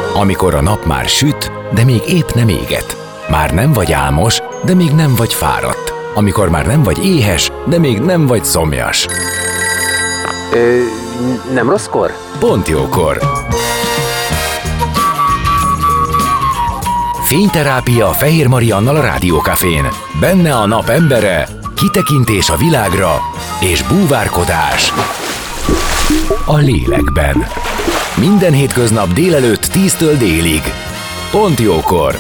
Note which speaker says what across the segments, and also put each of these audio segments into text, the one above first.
Speaker 1: Amikor a nap már süt, de még épp nem éget. Már nem vagy álmos, de még nem vagy fáradt. Amikor már nem vagy éhes, de még nem vagy szomjas.
Speaker 2: Nem rosszkor?
Speaker 1: Pont jókor. Fényterápia Fehér Mariannal a Rádiókafén. Benne a nap embere, kitekintés a világra és búvárkodás a lélekben. Minden hétköznap délelőtt 10-től délig. Pont jókor.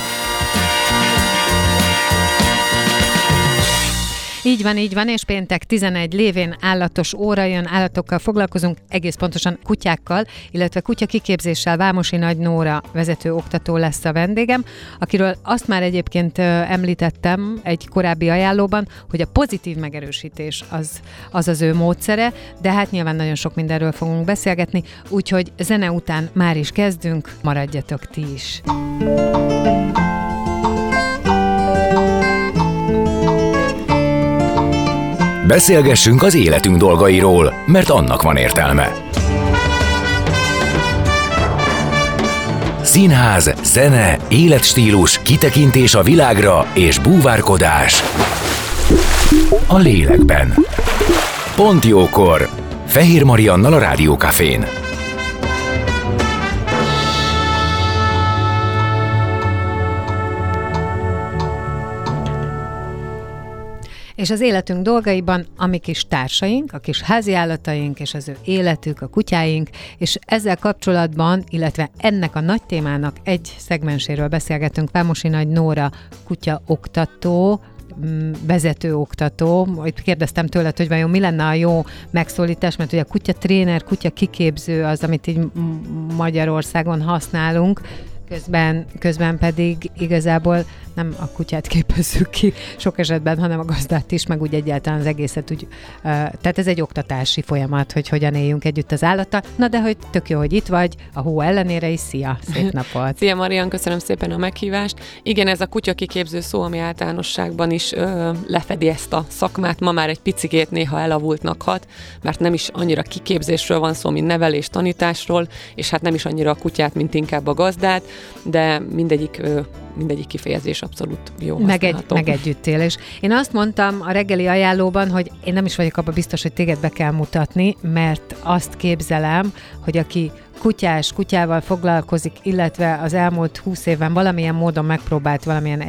Speaker 3: Így van, és péntek 11 lévén állatos óra jön, állatokkal foglalkozunk, egész pontosan kutyákkal, illetve kutyakiképzéssel. Vámosi Nagy Nóra vezető oktató lesz a vendégem, akiről azt már egyébként említettem egy korábbi ajánlóban, hogy a pozitív megerősítés az ő módszere, de hát nyilván nagyon sok mindenről fogunk beszélgetni, úgyhogy zene után már is kezdünk, maradjatok ti is!
Speaker 1: Beszélgessünk az életünk dolgairól, mert annak van értelme. Színház, zene, életstílus, kitekintés a világra és búvárkodás a lélekben. Pont jókor. Fehér Mariannal a Rádiókafén.
Speaker 3: És az életünk dolgaiban a mi kis társaink, a kis háziállataink és az ő életük, a kutyáink, és ezzel kapcsolatban, illetve ennek a nagy témának egy szegmenséről beszélgetünk. Vámosi Nagy Nóra kutyaoktató, vezetőoktató. Itt kérdeztem tőled, hogy vajon mi lenne a jó megszólítás, mert ugye kutyatréner, kutyakiképző az, amit így Magyarországon használunk, közben pedig igazából nem a kutyát képezzük ki sok esetben, hanem a gazdát is, meg úgy egyáltalán az egészet úgy, tehát ez egy oktatási folyamat, hogy hogyan éljünk együtt az állattal. Na de hogy tök jó, hogy itt vagy, a hó ellenére is, szia, szép napot!
Speaker 4: Szia Marian, köszönöm szépen a meghívást. Igen, ez a kutyakiképző szó, ami általánosságban is lefedi ezt a szakmát, ma már egy picikét néha elavultnak hat, mert nem is annyira kiképzésről van szó, mint nevelés, tanításról, és hát nem is annyira a kutyát, mint inkább a gazdát, de mindegyik kifejezés abszolút jó használható.
Speaker 3: Meg együttélés. Én azt mondtam a reggeli ajánlóban, hogy én nem is vagyok abban biztos, hogy téged be kell mutatni, mert azt képzelem, hogy aki kutyával foglalkozik, illetve az elmúlt 20 évben valamilyen módon megpróbált valamilyen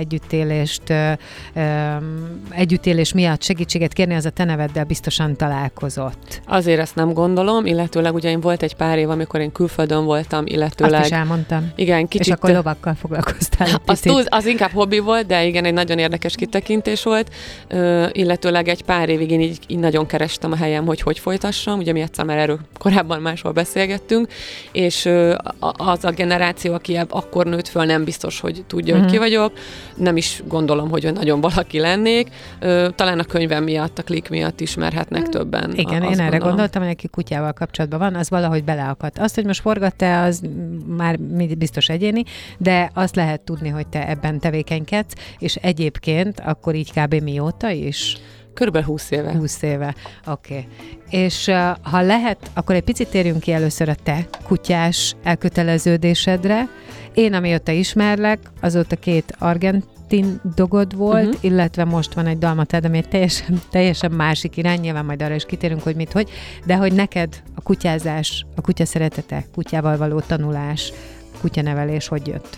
Speaker 3: együttélés miatt segítséget kérni, az a te neveddel biztosan találkozott.
Speaker 4: Azért ezt nem gondolom, illetőleg ugye volt egy pár év, amikor én külföldön voltam, illetőleg...
Speaker 3: Azt is elmondtam.
Speaker 4: Igen, kicsit... És
Speaker 3: akkor lovakkal foglalkoztál.
Speaker 4: Az inkább hobbi volt, de igen, egy nagyon érdekes kitekintés volt, illetőleg egy pár évig én így nagyon kerestem a helyem, hogy folytassam, ugye mi egyszer már erről korábban máshol beszélgettünk, és az a generáció, aki akkor nőtt föl, nem biztos, hogy tudja, hogy ki vagyok. Nem is gondolom, hogy nagyon valaki lennék. Talán a könyvem miatt, a klik miatt ismerhetnek többen.
Speaker 3: Igen, én erre gondoltam, hogy aki kutyával kapcsolatban van, az valahogy beleakadt. Azt, hogy most forgat-e, az már biztos egyéni, de azt lehet tudni, hogy te ebben tevékenykedsz, és egyébként akkor így kb. Mióta is?
Speaker 4: Körülbelül 20 éve.
Speaker 3: 20 éve, oké. És ha lehet, akkor egy picit térjünk ki először a te kutyás elköteleződésedre. Én, amióta ismerlek, azóta 2 argentin dogod volt, illetve most van egy dalmatád, ami egy teljesen másik irány, nyilván majd arra is kitérünk, hogy mit, hogy, de hogy neked a kutyázás, a kutya szeretete, kutyával való tanulás, kutyanevelés hogy jött?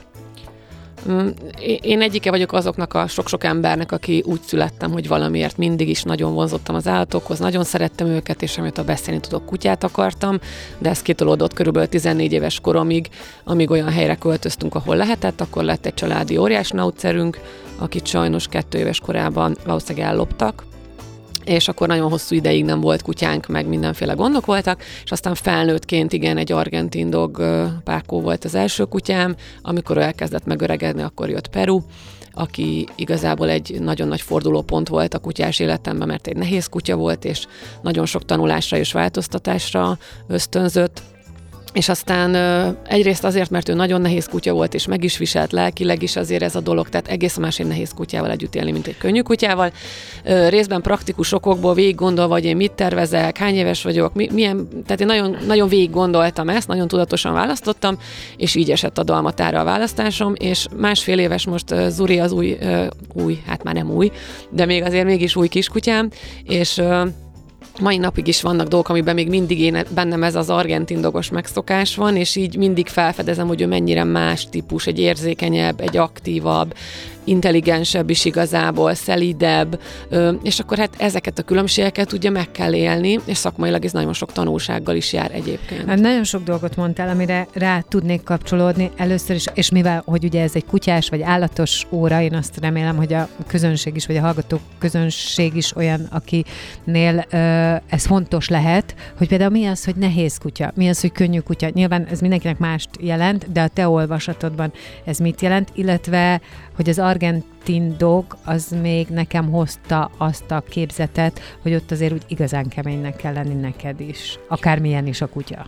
Speaker 4: Én egyike vagyok azoknak a sok-sok embernek, aki úgy születtem, hogy valamiért mindig is nagyon vonzottam az állatokhoz, nagyon szerettem őket, és amióta beszélni tudok, kutyát akartam, de ez kitolódott körülbelül 14 éves koromig, amíg olyan helyre költöztünk, ahol lehetett, akkor lett egy családi óriásnaucerünk, akit sajnos 2 éves korában valószínűleg elloptak, és akkor nagyon hosszú ideig nem volt kutyánk, meg mindenféle gondok voltak, és aztán felnőttként igen, egy argentin dog Pákó volt az első kutyám, amikor elkezdett megöregedni, akkor jött Peru, aki igazából egy nagyon nagy fordulópont volt a kutyás életemben, mert egy nehéz kutya volt, és nagyon sok tanulásra és változtatásra ösztönzött, És aztán egyrészt azért, mert ő nagyon nehéz kutya volt, és meg is viselt lelkileg is azért ez a dolog, tehát egészen más egy nehéz kutyával együtt élni, mint egy könnyű kutyával. Részben praktikus okokból végig gondolva, hogy én mit tervezek, hány éves vagyok, milyen, tehát én nagyon, nagyon végig gondoltam ezt, nagyon tudatosan választottam, és így esett a dalmatára a választásom, és 1,5 éves most Zuri az új, hát már nem új, de még azért mégis új kiskutyám, és mai napig is vannak dolgok, amiben még mindig bennem ez az argentin dogos megszokás van, és így mindig felfedezem, hogy ő mennyire más típus, egy érzékenyebb, egy aktívabb, intelligensebb is igazából, szelídebb, és akkor hát ezeket a különbségeket ugye meg kell élni, és szakmailag ez nagyon sok tanulsággal is jár egyébként.
Speaker 3: Hát nagyon sok dolgot mondtál, amire rá tudnék kapcsolódni először is, és mivel, hogy ugye ez egy kutyás vagy állatos óra, én azt remélem, hogy a közönség is, vagy a hallgató közönség is olyan, akinél ez fontos lehet, hogy például mi az, hogy nehéz kutya, mi az, hogy könnyű kutya. Nyilván ez mindenkinek mást jelent, de a te olvasatodban ez mit jelent, illetve hogy az argentin dog az még nekem hozta azt a képzetet, hogy ott azért úgy igazán keménynek kell lenni neked is. Akármilyen is a kutya.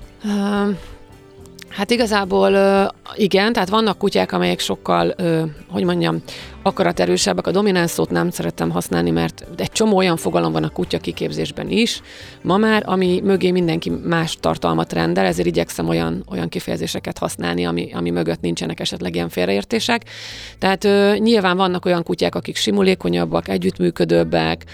Speaker 4: Hát igazából igen, tehát vannak kutyák, amelyek sokkal, akaraterősebbek. A domináns szót nem szeretem használni, mert egy csomó olyan fogalom van a kutya kiképzésben is, ma már, ami mögé mindenki más tartalmat rendel, ezért igyekszem olyan kifejezéseket használni, ami mögött nincsenek esetleg ilyen félreértések. Tehát nyilván vannak olyan kutyák, akik simulékonyabbak, együttműködőbbek,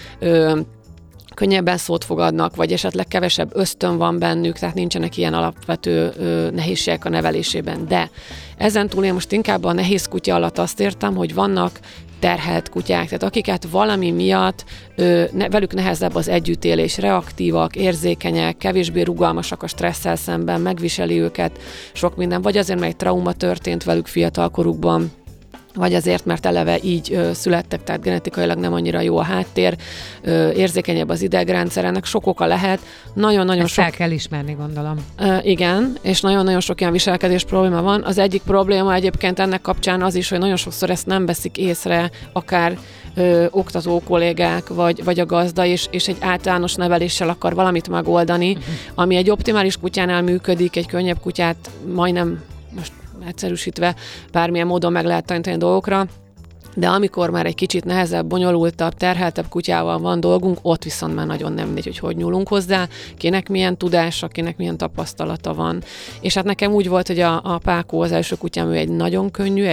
Speaker 4: könnyebben szót fogadnak, vagy esetleg kevesebb ösztön van bennük, tehát nincsenek ilyen alapvető nehézségek a nevelésében. De ezen túl én most inkább a nehéz kutya alatt azt értem, hogy vannak terhelt kutyák, tehát akiket valami miatt velük nehezebb az együttélés, reaktívak, érzékenyek, kevésbé rugalmasak a stresszel szemben, megviseli őket sok minden, vagy azért, mert egy trauma történt velük fiatalkorukban, vagy azért, mert eleve így születtek, tehát genetikailag nem annyira jó a háttér, érzékenyebb az idegrendszer, ennek sok oka lehet. Nagyon-nagyon
Speaker 3: ezt
Speaker 4: sok...
Speaker 3: el kell ismerni, gondolom.
Speaker 4: Igen, és nagyon-nagyon sok ilyen viselkedés probléma van. Az egyik probléma egyébként ennek kapcsán az is, hogy nagyon sokszor ezt nem veszik észre, akár oktató kollégák, vagy a gazda, és egy általános neveléssel akar valamit megoldani, ami egy optimális kutyánál működik, egy könnyebb kutyát majdnem most egyszerűsítve bármilyen módon meg lehet tanítani dolgokra, de amikor már egy kicsit nehezebb, bonyolultabb, terheltebb kutyával van dolgunk, ott viszont már nagyon nem mindegy, hogy nyúlunk hozzá, kinek milyen tudása, kinek milyen tapasztalata van. És hát nekem úgy volt, hogy a Pákó, az első kutyám, ő egy nagyon könnyű,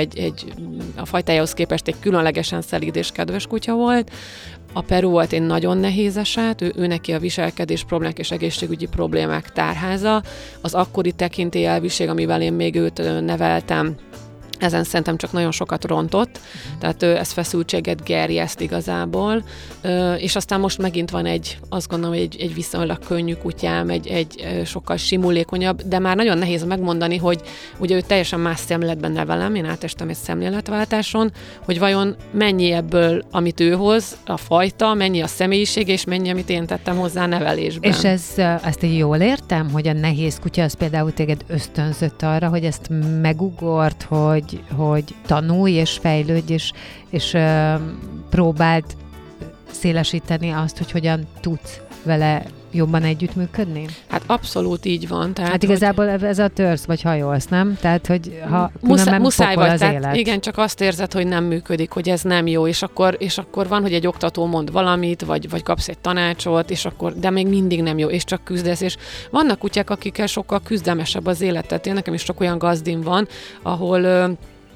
Speaker 4: a fajtájához képest egy különlegesen szelíd és kedves kutya volt. A Peru volt egy nagyon nehéz eset, ő neki a viselkedés problémák és egészségügyi problémák tárháza. Az akkori tekintélyelviség, amivel én még őt neveltem, ezen szerintem csak nagyon sokat rontott, tehát ez feszültséget gerjeszt igazából, és aztán most megint van azt gondolom, hogy egy viszonylag könnyű kutyám, egy sokkal simulékonyabb, de már nagyon nehéz megmondani, hogy ugye ő teljesen más szemléletben nevelem, én átestem egy szemléletváltáson, hogy vajon mennyi ebből, amit ő hoz, a fajta, mennyi a személyiség, és mennyi, amit én tettem hozzá a nevelésben.
Speaker 3: És ezt így jól értem, hogy a nehéz kutya az például téged ösztönzött arra, hogy ezt megugort, hogy tanulj és fejlődj, és próbáld szélesíteni azt, hogy hogyan tudsz vele jobban együttműködni?
Speaker 4: Hát abszolút így van. Tehát,
Speaker 3: hát igazából ez a törsz, vagy hajolsz, nem? Tehát, hogy ha
Speaker 4: muszáj vagy,
Speaker 3: az élet.
Speaker 4: Igen, csak azt érzed, hogy nem működik, hogy ez nem jó, és akkor van, hogy egy oktató mond valamit, vagy kapsz egy tanácsot, de még mindig nem jó, és csak küzdesz, és vannak kutyák, akikkel sokkal küzdelmesebb az élet. Tehát én nekem is sok olyan gazdim van, ahol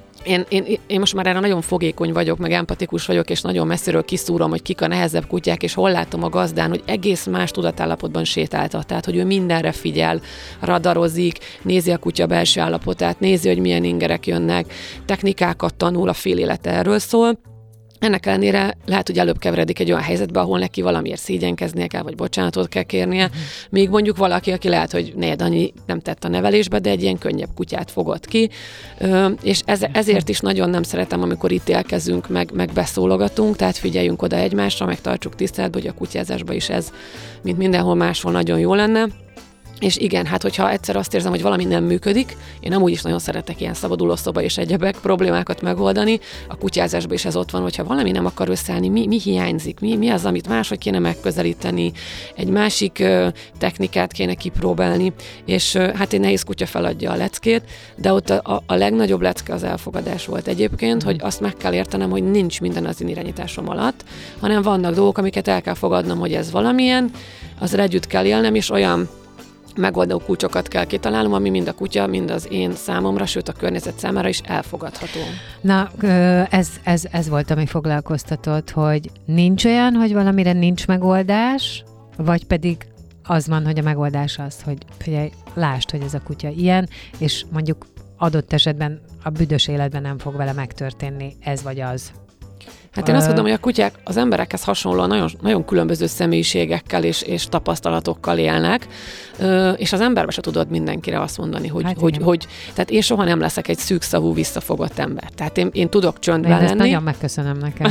Speaker 4: én most már erre nagyon fogékony vagyok, meg empatikus vagyok, és nagyon messziről kiszúrom, hogy kik a nehezebb kutyák, és hol látom a gazdán, hogy egész más tudatállapotban sétáltat. Tehát, hogy ő mindenre figyel, radarozik, nézi a kutya belső állapotát, nézi, hogy milyen ingerek jönnek, technikákat tanul, a fél élete erről szól. Ennek ellenére lehet, hogy előbb keveredik egy olyan helyzetbe, ahol neki valamiért szégyenkeznie kell, vagy bocsánatot kell kérnie, míg mondjuk valaki, aki lehet, hogy negyed annyi nem tett a nevelésbe, de egy ilyen könnyebb kutyát fogott ki, és ezért is nagyon nem szeretem, amikor ítélkezünk, meg beszólogatunk, tehát figyeljünk oda egymásra, meg tartsuk tiszteletbe, hogy a kutyázásban is ez, mint mindenhol máshol nagyon jó lenne. És igen, hát hogyha egyszer azt érzem, hogy valami nem működik, én amúgy is nagyon szeretek ilyen szabadulószoba és egyebek problémákat megoldani, a kutyázásban is ez ott van, hogyha valami nem akar összeállni, mi hiányzik, mi az, amit máshogy kéne megközelíteni, egy másik technikát kéne kipróbálni, és hát egy nehéz kutya feladja a leckét, de ott a legnagyobb lecke az elfogadás volt egyébként, hogy azt meg kell értenem, hogy nincs minden az én irányításom alatt, hanem vannak dolgok, amiket el kell fogadnom, hogy ez valamilyen, azzal együtt kell élnem, és olyan megoldó kulcsokat kell kitalálnom, ami mind a kutya, mind az én számomra, sőt a környezet számára is elfogadható.
Speaker 3: Na, ez volt, ami foglalkoztatott, hogy nincs olyan, hogy valamire nincs megoldás, vagy pedig az van, hogy a megoldás az, hogy figyelj, lásd, hogy ez a kutya ilyen, és mondjuk adott esetben a büdös életben nem fog vele megtörténni ez vagy az.
Speaker 4: Hát én azt gondolom, hogy a kutyák az emberekhez hasonlóan nagyon, nagyon különböző személyiségekkel és tapasztalatokkal élnek, és az emberbe se tudod mindenkire azt mondani, hogy tehát én soha nem leszek egy szűkszavú, visszafogott ember. Tehát én tudok csöndben lenni.
Speaker 3: Ezt nagyon megköszönöm neked.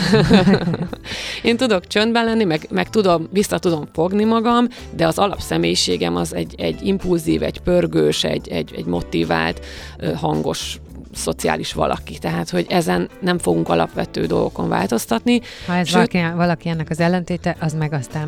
Speaker 4: Én tudok csöndben lenni, meg vissza tudom fogni magam, de az alapszemélyiségem az egy impulzív, egy pörgős, egy motivált, hangos, szociális valaki. Tehát, hogy ezen nem fogunk alapvető dolgokon változtatni.
Speaker 3: Ha ez valaki ennek az ellentéte, az meg aztán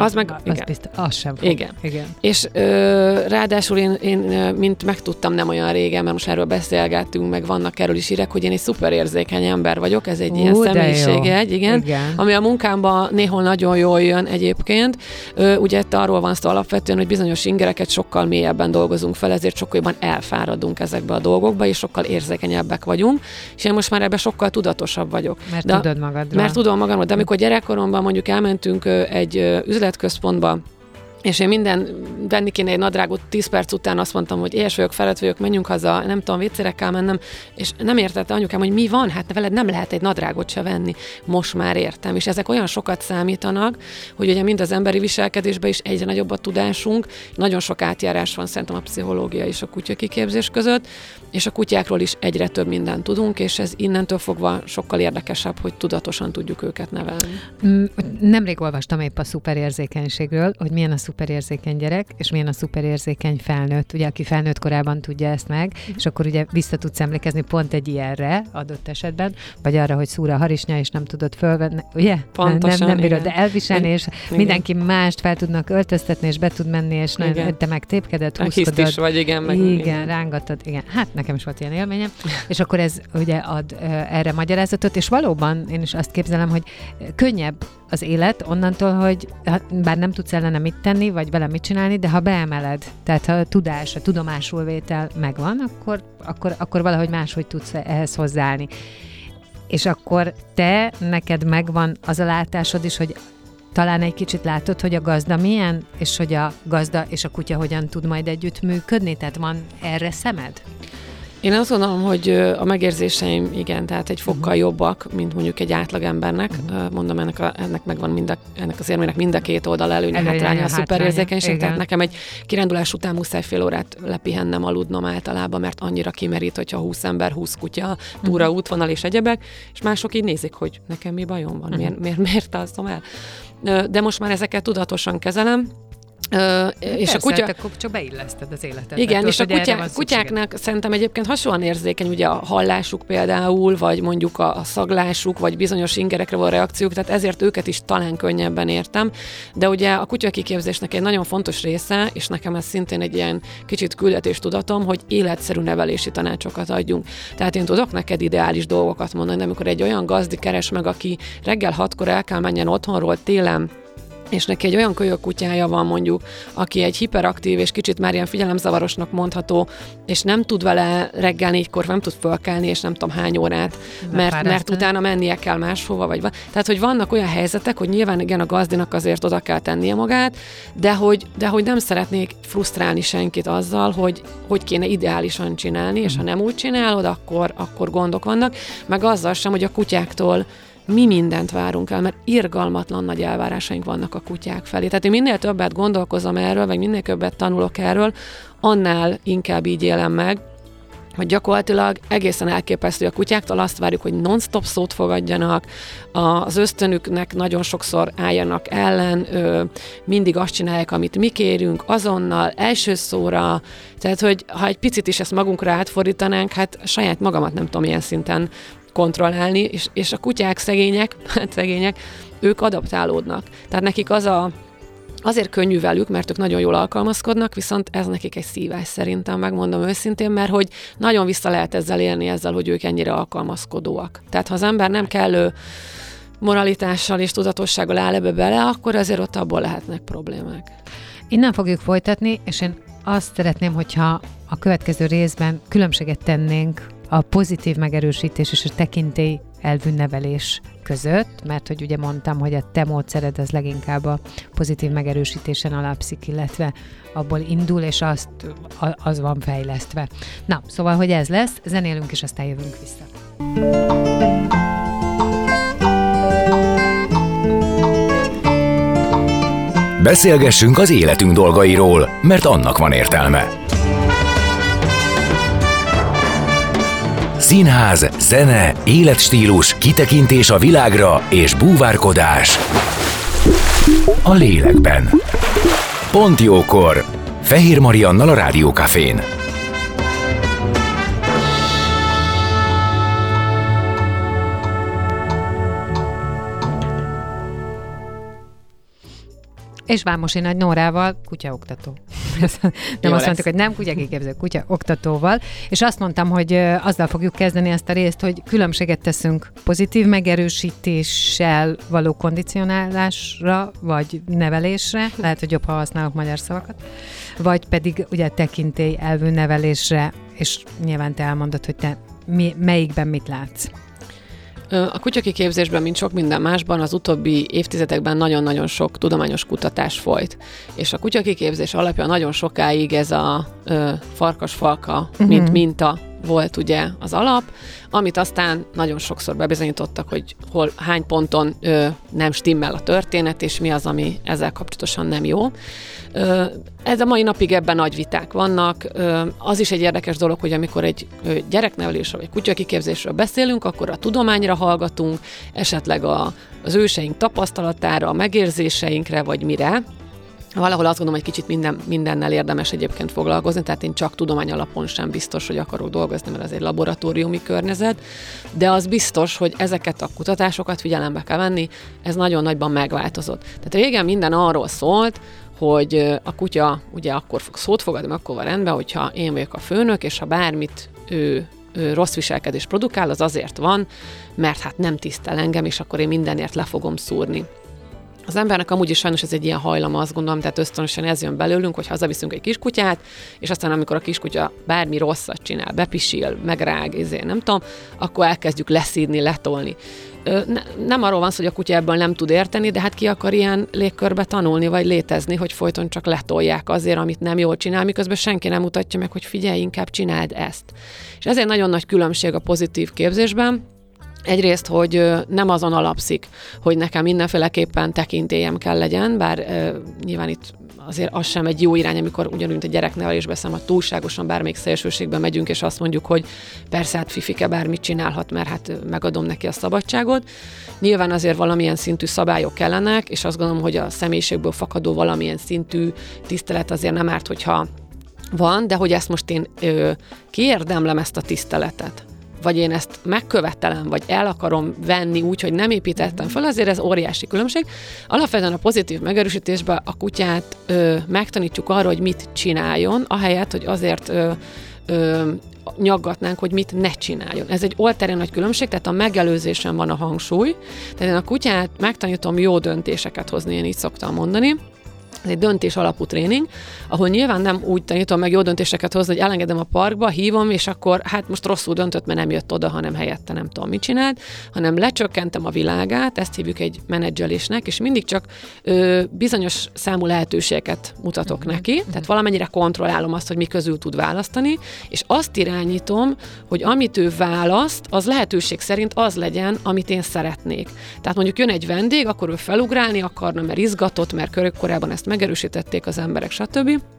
Speaker 3: az sem fog.
Speaker 4: Igen. És ráadásul én mint megtudtam nem olyan régen, mert most erről beszélgettünk, meg vannak erről is hírek, hogy én egy szuperérzékeny ember vagyok, ez egy ilyen személyiségjegy, igen, ami a munkámban néhol nagyon jól jön egyébként. Ugye itt arról van szó alapvetően, hogy bizonyos ingereket sokkal mélyebben dolgozunk fel, ezért sokkal jobban elfáradunk ezekbe a dolgokba, és sokkal érzékenyebbek vagyunk, és én most már ebben sokkal tudatosabb vagyok.
Speaker 3: Tudod magadról.
Speaker 4: Mert tudom magamról, de amikor gyerekkoromban mondjuk elmentünk egy üzletközpontba, és én venni kéne egy nadrágot, 10 perc után azt mondtam, hogy éhes vagyok, fáradt vagyok, menjünk haza, nem tudom, vécére kell mennem, és nem értette anyukám, hogy mi van, hát veled nem lehet egy nadrágot se venni. Most már értem, és ezek olyan sokat számítanak, hogy ugye mind az emberi viselkedésben is egyre nagyobb a tudásunk, nagyon sok átjárás van szerintem a pszichológia és a kutyakiképzés között, és a kutyákról is egyre több mindent tudunk, és ez innentől fogva sokkal érdekesebb, hogy tudatosan tudjuk őket nevelni.
Speaker 3: Nemrég olvastam épp a szuperérzékenységről, hogy milyen a szuperérzékeny gyerek, és milyen a szuperérzékeny felnőtt. Ugye, aki felnőtt korában tudja ezt meg, és akkor ugye vissza tudsz emlékezni pont egy ilyenre adott esetben, vagy arra, hogy szúr a harisnya, és nem tudod fölvenni, ugye?
Speaker 4: Pontosan,
Speaker 3: nem bírod elviselni, és mindenki mást fel tudnak öltöztetni, és be tud menni, és te meg tépkeded, húzkodod.
Speaker 4: Hiszt is vagy, igen.
Speaker 3: Igen, rángatod, igen. Hát nekem is volt ilyen élményem, és akkor ez ugye ad erre magyarázatot, és valóban én is azt képzelem, hogy könnyebb az élet onnantól, hogy bár nem tudsz ellene mit tenni, vagy vele mit csinálni, de ha beemeled, tehát ha a tudás, a tudomásulvétel megvan, akkor valahogy máshogy tudsz ehhez hozzáállni. És akkor neked megvan az a látásod is, hogy talán egy kicsit látod, hogy a gazda milyen, és hogy a gazda és a kutya hogyan tud majd együtt működni? Tehát van erre szemed?
Speaker 4: Én azt gondolom, hogy a megérzéseim igen, tehát egy fokkal jobbak, mint mondjuk egy átlagembernek. Mondom, ennek megvan ennek az érmének mind a két oldal, előnye, hátránya, a szuperérzékenység. Tehát nekem egy kirándulás után muszáj fél órát lepihennem, aludnom általában, mert annyira kimerít, hogyha 20 ember, 20 kutya, túra útvonal és egyebek, és mások így nézik, hogy nekem mi bajom van, miért alszom el. De most már ezeket tudatosan kezelem. És
Speaker 3: persze,
Speaker 4: a kutya...
Speaker 3: akkor csak beilleszted az életedbe.
Speaker 4: Igen, és a kutyáknak szerintem egyébként hasonlóan érzékeny ugye a hallásuk például, vagy mondjuk a szaglásuk, vagy bizonyos ingerekre való reakciók, tehát ezért őket is talán könnyebben értem. De ugye a kutyakiképzésnek egy nagyon fontos része, és nekem ez szintén egy ilyen kicsit küldetéstudatom, hogy életszerű nevelési tanácsokat adjunk. Tehát én tudok neked ideális dolgokat mondani, de amikor egy olyan gazdi keres meg, aki reggel 6-kor el kell menjen otthonról télen, és neki egy olyan kölyök kutyája van mondjuk, aki egy hiperaktív és kicsit már ilyen figyelemzavarosnak mondható, és nem tud vele reggel 4-kor nem tud fölkelni, és nem tudom hány órát, mert utána mennie kell máshova, vagy van. Tehát, hogy vannak olyan helyzetek, hogy nyilván igen, a gazdinak azért oda kell tennie magát, de hogy nem szeretnék frusztrálni senkit azzal, hogy kéne ideálisan csinálni, és ha nem úgy csinálod, akkor gondok vannak, meg azzal sem, hogy a kutyáktól mi mindent várunk el, mert irgalmatlan nagy elvárásaink vannak a kutyák felé. Tehát én minél többet gondolkozom erről, meg minél többet tanulok erről, annál inkább így élem meg, hogy gyakorlatilag egészen elképesztő, a kutyáktól azt várjuk, hogy non-stop szót fogadjanak, az ösztönüknek nagyon sokszor álljanak ellen, mindig azt csinálják, amit mi kérünk, azonnal, első szóra, tehát, hogy ha egy picit is ezt magunkra átfordítanánk, hát saját magamat nem tudom ilyen szinten kontrollálni, és a kutyák szegények, ők adaptálódnak. Tehát nekik azért könnyű velük, mert ők nagyon jól alkalmazkodnak, viszont ez nekik egy szívás szerintem, megmondom őszintén, mert hogy nagyon vissza lehet ezzel élni, hogy ők ennyire alkalmazkodóak. Tehát ha az ember nem kellő moralitással és tudatossággal áll ebbe bele, akkor azért ott abból lehetnek problémák.
Speaker 3: Innen fogjuk folytatni, és én azt szeretném, hogyha a következő részben különbséget tennénk a pozitív megerősítés és a tekintély elvű nevelés között, mert hogy ugye mondtam, hogy a te módszered az leginkább a pozitív megerősítésen alapszik, illetve abból indul, és az van fejlesztve. Na, szóval, hogy ez lesz, zenélünk, és aztán jövünk vissza.
Speaker 1: Beszélgessünk az életünk dolgairól, mert annak van értelme. Színház, zene, életstílus, kitekintés a világra és búvárkodás a lélekben. Pont jókor! Fehér Mariannal a Rádió Cafén.
Speaker 3: És Vámosi Nagy Nórával, kutyaoktató. Nem azt mondtuk, hogy nem kutyakiképző, kutyaoktatóval. És azt mondtam, hogy azzal fogjuk kezdeni ezt a részt, hogy különbséget teszünk pozitív megerősítéssel való kondicionálásra, vagy nevelésre, lehet, hogy jobb, ha használok magyar szavakat, vagy pedig ugye tekintély elvű nevelésre, és nyilván te elmondod, hogy te melyikben mit látsz.
Speaker 4: A kutyakiképzésben, mint sok minden másban, az utóbbi évtizedekben nagyon-nagyon sok tudományos kutatás folyt. És a kutyakiképzés alapján nagyon sokáig ez a farkasfalka, mint minta volt ugye az alap, amit aztán nagyon sokszor bebizonyítottak, hogy hány ponton nem stimmel a történet, és mi az, ami ezzel kapcsolatosan nem jó. Ez a mai napig ebben nagy viták vannak. Az is egy érdekes dolog, hogy amikor egy gyereknevelésről vagy kutyakiképzésről beszélünk, akkor a tudományra hallgatunk, esetleg az őseink tapasztalatára, a megérzéseinkre, vagy mire. Valahol azt gondolom, hogy kicsit mindennel érdemes egyébként foglalkozni, tehát én csak tudomány alapon sem biztos, hogy akarok dolgozni, mert ez egy laboratóriumi környezet, de az biztos, hogy ezeket a kutatásokat figyelembe kell venni, ez nagyon nagyban megváltozott. Tehát régen minden arról szólt, hogy a kutya ugye akkor fog szót fogadni, akkor van rendben, hogyha én vagyok a főnök, és ha bármit ő rossz viselkedés produkál, az azért van, mert hát nem tisztel engem, és akkor én mindenért le fogom szúrni. Az embernek amúgy is sajnos ez egy ilyen hajlama, azt gondolom, tehát ösztönösen ez jön belőlünk, hogy hazaviszünk egy kiskutyát, és aztán amikor a kiskutya bármi rosszat csinál, bepisil, megrág, nem tudom, akkor elkezdjük leszídni, letolni. Nem arról van szó, hogy a kutya ebből nem tud érteni, de hát ki akar ilyen légkörbe tanulni, vagy létezni, hogy folyton csak letolják azért, amit nem jól csinál, miközben senki nem mutatja meg, hogy figyelj, inkább csináld ezt. És ezért nagyon nagy különbség a pozitív képzésben. Egyrészt, hogy nem azon alapszik, hogy nekem mindenféleképpen tekintélyem kell legyen, bár nyilván itt azért az sem egy jó irány, amikor ugyanúgy a gyereknevelésbe ha túlságosan bármelyik szélsőségben megyünk, és azt mondjuk, hogy persze, hát fifike bármit csinálhat, mert hát megadom neki a szabadságot. Nyilván azért valamilyen szintű szabályok kellenek, és azt gondolom, hogy a személyiségből fakadó valamilyen szintű tisztelet azért nem árt, hogyha van, de hogy ezt most én kiérdemlem ezt a tiszteletet, vagy én ezt megkövetelem, vagy el akarom venni úgy, hogy nem építettem fel, azért ez óriási különbség. Alapvetően a pozitív megerősítésben a kutyát megtanítjuk arra, hogy mit csináljon, ahelyett, hogy azért nyaggatnánk, hogy mit ne csináljon. Ez egy oltárén nagy különbség, tehát a megelőzésen van a hangsúly. Tehát én a kutyát megtanítom jó döntéseket hozni, én így szoktam mondani. Ez egy döntés alapú tréning, ahol nyilván nem úgy tanítom meg jó döntéseket hozni, hogy elengedem a parkba, hívom, és akkor hát most rosszul döntött, mert nem jött oda, hanem helyette nem tudom, mit csinált, hanem lecsökkentem a világát, ezt hívjuk egy menedzselésnek, és mindig csak bizonyos számú lehetőségeket mutatok neki, tehát valamennyire kontrollálom azt, hogy mi közül tud választani, és azt irányítom, hogy amit ő választ, az lehetőség szerint az legyen, amit én szeretnék. Tehát mondjuk jön egy vendég, akkor ő felugrálni akarna, mert izgatott, mert korábban ezt megerősítették az emberek, stb.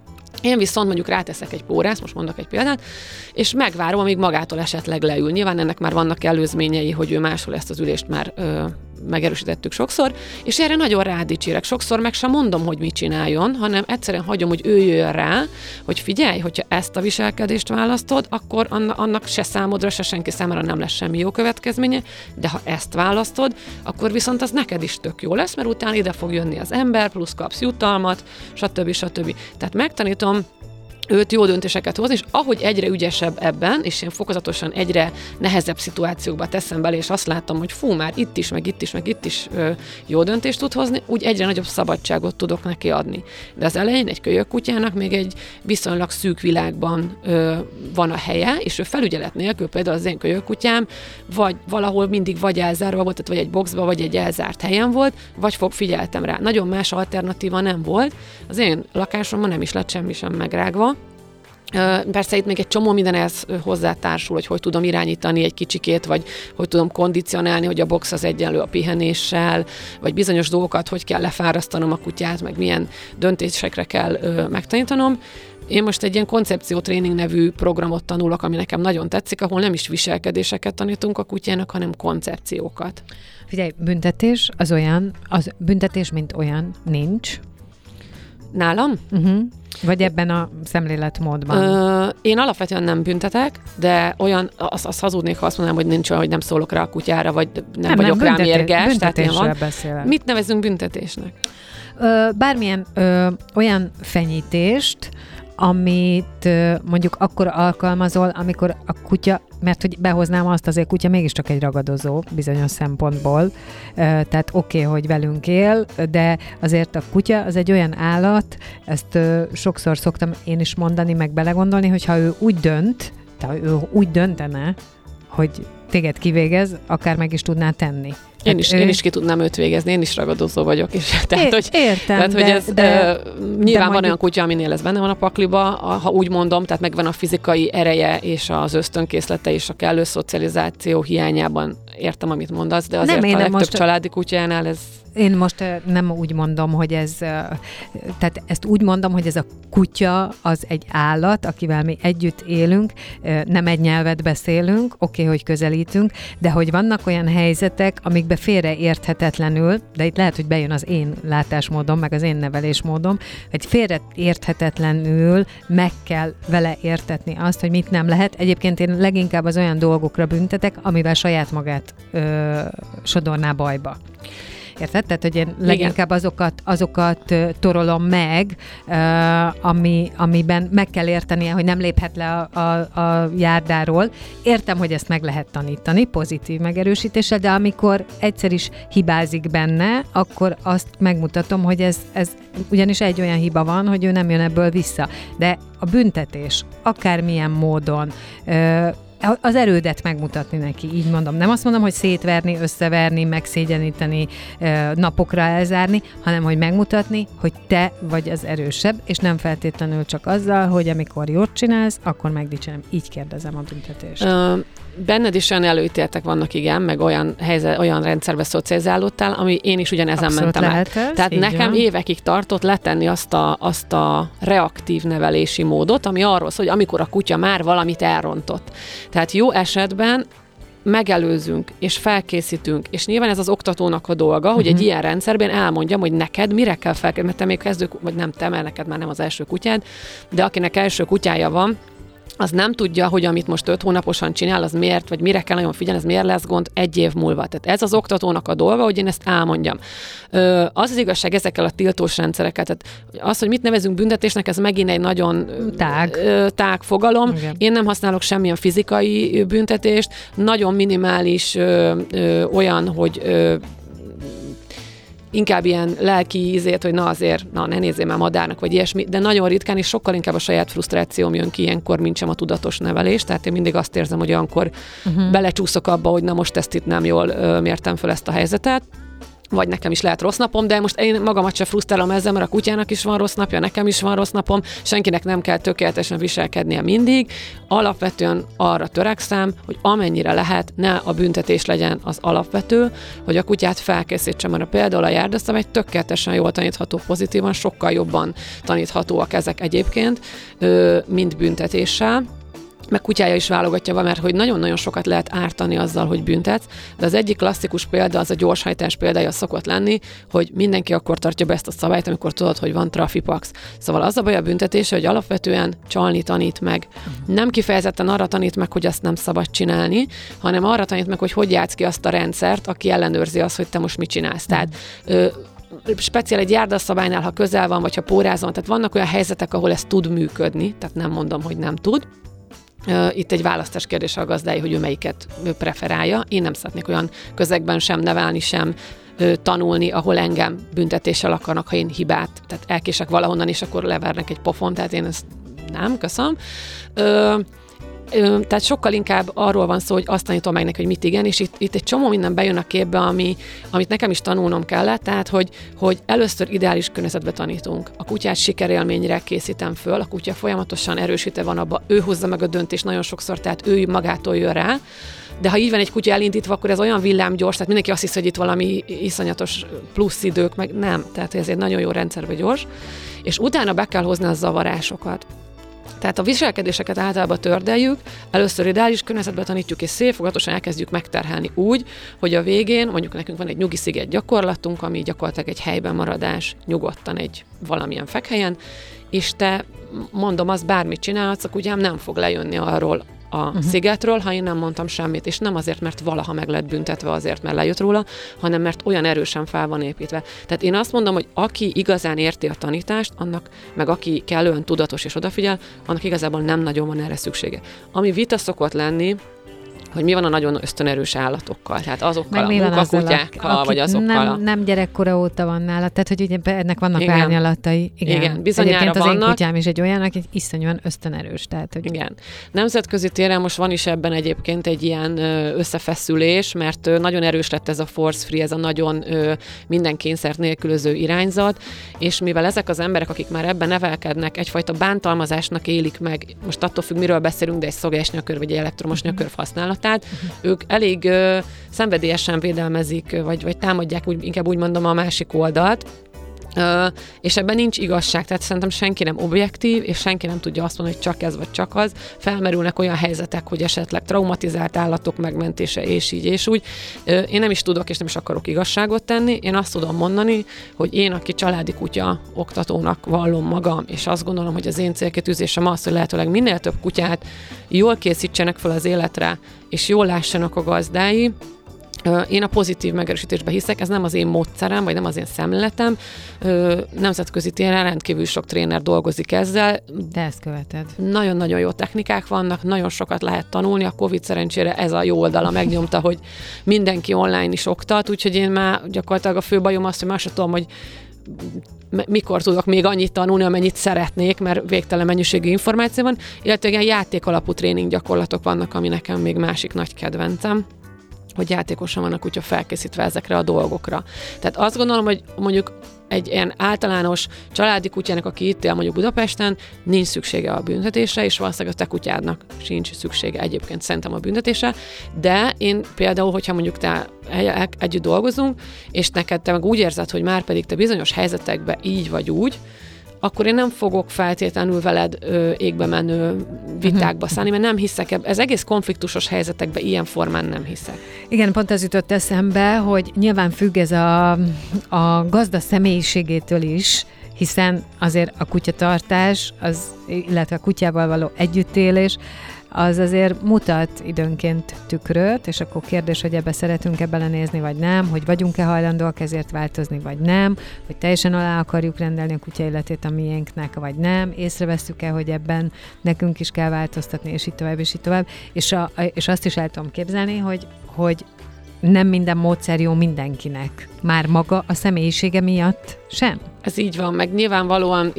Speaker 4: Én viszont mondjuk ráteszek egy pórászt, most mondok egy példát, és megvárom, amíg magától esetleg leül. Nyilván ennek már vannak előzményei, hogy ő máshol ezt az ülést már megerősítettük sokszor, és erre nagyon rádicsérek. Sokszor meg sem mondom, hogy mit csináljon, hanem egyszerűen hagyom, hogy ő jöjjön rá, hogy figyelj, hogyha ezt a viselkedést választod, akkor annak se számodra, se senki számára nem lesz semmi jó következménye, de ha ezt választod, akkor viszont az neked is tök jó lesz, mert utána ide fog jönni az ember, plusz kapsz jutalmat, stb. Tehát megtanítom őt jó döntéseket hozni, és ahogy egyre ügyesebb ebben, és én fokozatosan egyre nehezebb szituációkba teszem bele, és azt látom, hogy fú, már itt is, meg itt is jó döntést tud hozni, úgy egyre nagyobb szabadságot tudok neki adni. De az elején egy kölyökkutyának még egy viszonylag szűk világban van a helye, és ő felügyelet nélkül, például az én kölyökkutyám, vagy valahol mindig vagy elzárva volt, tehát vagy egy boxba, vagy egy elzárt helyen volt, vagy figyeltem rá. Nagyon más alternatíva nem volt. Az én lakásomban nem is lett semmi sem megrágva. Persze itt még egy csomó mindenhez hozzátársul, hogy tudom irányítani egy kicsikét, vagy hogy tudom kondicionálni, hogy a box az egyenlő a pihenéssel, vagy bizonyos dolgokat, hogy kell lefárasztanom a kutyát, meg milyen döntésekre kell megtanítanom. Én most egy ilyen koncepciótréning nevű programot tanulok, ami nekem nagyon tetszik, ahol nem is viselkedéseket tanítunk a kutyának, hanem koncepciókat.
Speaker 3: Figyelj, büntetés, mint olyan nincs.
Speaker 4: Nálam?
Speaker 3: Vagy ebben a szemléletmódban?
Speaker 4: Én alapvetően nem büntetek, de olyan, azt hazudnék, ha azt mondanám, hogy nincs olyan, hogy nem szólok rá a kutyára, vagy nem vagyok rá mérges.
Speaker 3: Büntetésről beszélek.
Speaker 4: Mit nevezünk büntetésnek?
Speaker 3: Bármilyen olyan fenyítést, amit mondjuk akkor alkalmazol, amikor a kutya, mert hogy behoznám azt, azért kutya mégiscsak egy ragadozó bizonyos szempontból, tehát oké, hogy velünk él, de azért a kutya az egy olyan állat, ezt sokszor szoktam én is mondani, meg belegondolni, hogyha ő úgy dönt, tehát ő úgy döntene, hogy téged kivégez, akár meg is tudná tenni.
Speaker 4: Én is ki tudnám őt végezni, én is ragadozó vagyok. És
Speaker 3: értem,
Speaker 4: nyilván van olyan kutya, aminél ez benne van a pakliba, ha úgy mondom, tehát megvan a fizikai ereje és az ösztönkészlete és a kellő szocializáció hiányában értem, amit mondasz, de azért a legtöbb családi kutyánál ez...
Speaker 3: Én most nem úgy mondom, hogy ez, tehát ezt úgy mondom, hogy ez a kutya az egy állat, akivel mi együtt élünk, nem egy nyelvet beszélünk, oké, hogy közelítünk, de hogy vannak olyan helyzetek, amikbe félreérthetetlenül, de itt lehet, hogy bejön az én látásmódom, meg az én nevelésmódom, hogy félreérthetetlenül meg kell vele értetni azt, hogy mit nem lehet. Egyébként én leginkább az olyan dolgokra büntetek, amivel saját magát sodorná bajba. Érted? Tehát, hogy én leginkább azokat torolom meg, amiben meg kell értenie, hogy nem léphet le a járdáról. Értem, hogy ezt meg lehet tanítani, pozitív megerősítéssel, de amikor egyszer is hibázik benne, akkor azt megmutatom, hogy ez ugyanis egy olyan hiba van, hogy ő nem jön ebből vissza. De a büntetés, akármilyen módon, az erődet megmutatni neki, így mondom. Nem azt mondom, hogy szétverni, összeverni, megszégyeníteni, napokra elzárni, hanem hogy megmutatni, hogy te vagy az erősebb, és nem feltétlenül csak azzal, hogy amikor jót csinálsz, akkor megdicsérem. Így kérdezem a büntetést.
Speaker 4: Benned is olyan előítéletek vannak, igen, meg olyan rendszerbe szocializálódtál, ami én is ugyanezen mentem át. Tehát nekem évekig tartott letenni azt a reaktív nevelési módot, ami arról szól, hogy amikor a kutya már valamit elrontott. Tehát jó esetben megelőzünk, és felkészítünk, és nyilván ez az oktatónak a dolga, hogy egy ilyen rendszerben elmondjam, hogy neked mire kell felkészíteni, mert te még kezdő, vagy nem te, mert neked már nem az első kutyád, de akinek első kutyája van, az nem tudja, hogy amit most 5 hónaposan csinál, az miért, vagy mire kell nagyon figyelni, ez miért lesz gond 1 év múlva. Tehát ez az oktatónak a dolga, hogy én ezt elmondjam. Az igazság ezekkel a tiltós rendszereket. Tehát az, hogy mit nevezünk büntetésnek, ez megint egy nagyon tág fogalom. Igen. Én nem használok semmilyen fizikai büntetést, nagyon minimális olyan, hogy inkább ilyen lelki ízét, hogy ne nézzél már madárnak, vagy ilyesmi, de nagyon ritkán, és sokkal inkább a saját frusztrációm jön ki ilyenkor, mint sem a tudatos nevelés, tehát én mindig azt érzem, hogy olyankor belecsúszok abba, hogy na most ezt itt nem jól mértem fel ezt a helyzetet, vagy nekem is lehet rossz napom, de most én magamat se frusztrálom ezzel, mert a kutyának is van rossz napja, nekem is van rossz napom, senkinek nem kell tökéletesen viselkednie mindig. Alapvetően arra törekszem, hogy amennyire lehet, ne a büntetés legyen az alapvető, hogy a kutyát felkészítsem, mert például a járdaszabály tökéletesen jól tanítható pozitívan, sokkal jobban taníthatóak ezek egyébként, mint büntetéssel. Meg kutyája is válogatja, mert hogy nagyon-nagyon sokat lehet ártani azzal, hogy büntetsz, de az egyik klasszikus példa, az a gyorshajtás példája szokott lenni, hogy mindenki akkor tartja be ezt a szabályt, amikor tudod, hogy van trafipax. Szóval az a baj a büntetése, hogy alapvetően csalni tanít meg. Nem kifejezetten arra tanít meg, hogy azt nem szabad csinálni, hanem arra tanít meg, hogy játsz ki azt a rendszert, aki ellenőrzi azt, hogy te most mit csinálsz. Tehát speciál egy járdaszabálynál, ha közel van, vagy ha pórázon, tehát vannak olyan helyzetek, ahol ez tud működni, tehát nem mondom, hogy nem tud. Itt egy választás kérdése a gazdái, hogy ő melyiket preferálja. Én nem szeretnék olyan közegben sem nevelni, sem tanulni, ahol engem büntetéssel akarnak, ha én hibát, tehát elkések valahonnan, és akkor levernek egy pofon, tehát én ezt nem, köszönöm. Tehát sokkal inkább arról van szó, hogy azt tanítom meg neki, hogy mit igen, és itt egy csomó minden bejön a képbe, amit nekem is tanulnom kellett, tehát hogy először ideális környezetbe tanítunk. A kutyát sikerélményre készítem föl, a kutya folyamatosan erősítve van abba, ő hozza meg a döntést nagyon sokszor, tehát ő magától jön rá, de ha így van egy kutya elindítva, akkor ez olyan villámgyors, tehát mindenki azt hiszi, hogy itt valami iszonyatos plusz idők, meg nem, tehát ez egy nagyon jó rendszerben gyors, és utána be kell hozni a zavarásokat. Tehát a viselkedéseket általában tördeljük, először ideális környezetbe tanítjuk, és szép fogatosan elkezdjük megterhelni úgy, hogy a végén, mondjuk nekünk van egy nyugi sziget gyakorlatunk, ami gyakorlatilag egy helyben maradás, nyugodtan egy valamilyen fekhelyen, és te, mondom, azt bármit csinálhatsz, a kutyám nem fog lejönni arról a szigetről, ha én nem mondtam semmit, és nem azért, mert valaha meg lett büntetve azért, mert lejött róla, hanem mert olyan erősen fel van építve. Tehát én azt mondom, hogy aki igazán érti a tanítást, annak, meg aki kellően tudatos és odafigyel, annak igazából nem nagyon van erre szüksége. Ami vita szokott lenni, hogy mi van a nagyon ösztönerős állatokkal, tehát azokkal a munkakutyákkal, vagy azokkal
Speaker 3: nem gyerekkora óta van nála, tehát hogy ugye ennek vannak
Speaker 4: igen.
Speaker 3: árnyalatai.
Speaker 4: Igen, bizonyára
Speaker 3: egyébként
Speaker 4: vannak.
Speaker 3: Az én kutyám is egy olyan, aki iszonyúan ösztönerős. Tehát, hogy...
Speaker 4: Igen. Nemzetközi téren most van is ebben egyébként egy ilyen összefeszülés, mert nagyon erős lett ez a force free, ez a nagyon minden kényszert nélkülöző irányzat, és mivel ezek az emberek, akik már ebben nevelkednek, egyfajta bántalmazásnak élik meg, most attól függ, miről beszélünk, de egy szogás nyakör, vagy egy elektromos nyakör használat. Tehát ők elég szenvedélyesen védelmezik, vagy támadják, inkább úgy mondom, a másik oldalt, és ebben nincs igazság, tehát szerintem senki nem objektív, és senki nem tudja azt mondani, hogy csak ez vagy csak az. Felmerülnek olyan helyzetek, hogy esetleg traumatizált állatok megmentése, és így, és úgy. Én nem is tudok, és nem is akarok igazságot tenni. Én azt tudom mondani, hogy én, aki családi kutya oktatónak vallom magam, és azt gondolom, hogy az én célkitűzésem az, hogy lehetőleg minél több kutyát jól készítsenek fel az életre, és jól lássanak a gazdái. Én a pozitív megerősítésbe hiszek, ez nem az én módszerem, vagy nem az én szemléletem. Nemzetközi téren rendkívül sok tréner dolgozik ezzel.
Speaker 3: De ezt követed.
Speaker 4: Nagyon-nagyon jó technikák vannak, nagyon sokat lehet tanulni. A Covid szerencsére ez a jó oldala megnyomta, hogy mindenki online is oktat, úgyhogy én már gyakorlatilag a fő bajom az, hogy már sem tudom, hogy mikor tudok még annyit tanulni, amennyit szeretnék, mert végtelen mennyiségű információ van, illetve ilyen játékalapú tréning gyakorlatok vannak, ami nekem még másik nagy kedvencem, hogy játékosan van a kutya felkészítve ezekre a dolgokra. Tehát azt gondolom, hogy mondjuk egy ilyen általános családi kutyának, aki itt él mondjuk Budapesten, nincs szüksége a büntetésre, és valószínűleg a te kutyádnak sincs szüksége egyébként szerintem a büntetésre, de én például, hogyha mondjuk te együtt dolgozunk, és neked te meg úgy érzed, hogy már pedig te bizonyos helyzetekben így vagy úgy, akkor én nem fogok feltétlenül veled égbe menő vitákba szállni, mert nem hiszek ebben. Ez egész konfliktusos helyzetekben ilyen formán nem hiszek.
Speaker 3: Igen, pont az jutott eszembe, hogy nyilván függ ez a gazda személyiségétől is, hiszen azért a kutyatartás, illetve a kutyával való együttélés, az azért mutat időnként tükröt, és akkor kérdés, hogy ebbe szeretünk-e belenézni, vagy nem, hogy vagyunk-e hajlandóak ezért változni, vagy nem, hogy teljesen alá akarjuk rendelni a kutya életét a miénknek, vagy nem, észrevesszük-e, hogy ebben nekünk is kell változtatni, és így tovább, és így tovább. És azt is el tudom képzelni, hogy nem minden módszer jó mindenkinek. Már maga a személyisége miatt sem.
Speaker 4: Ez így van, meg nyilvánvalóan itt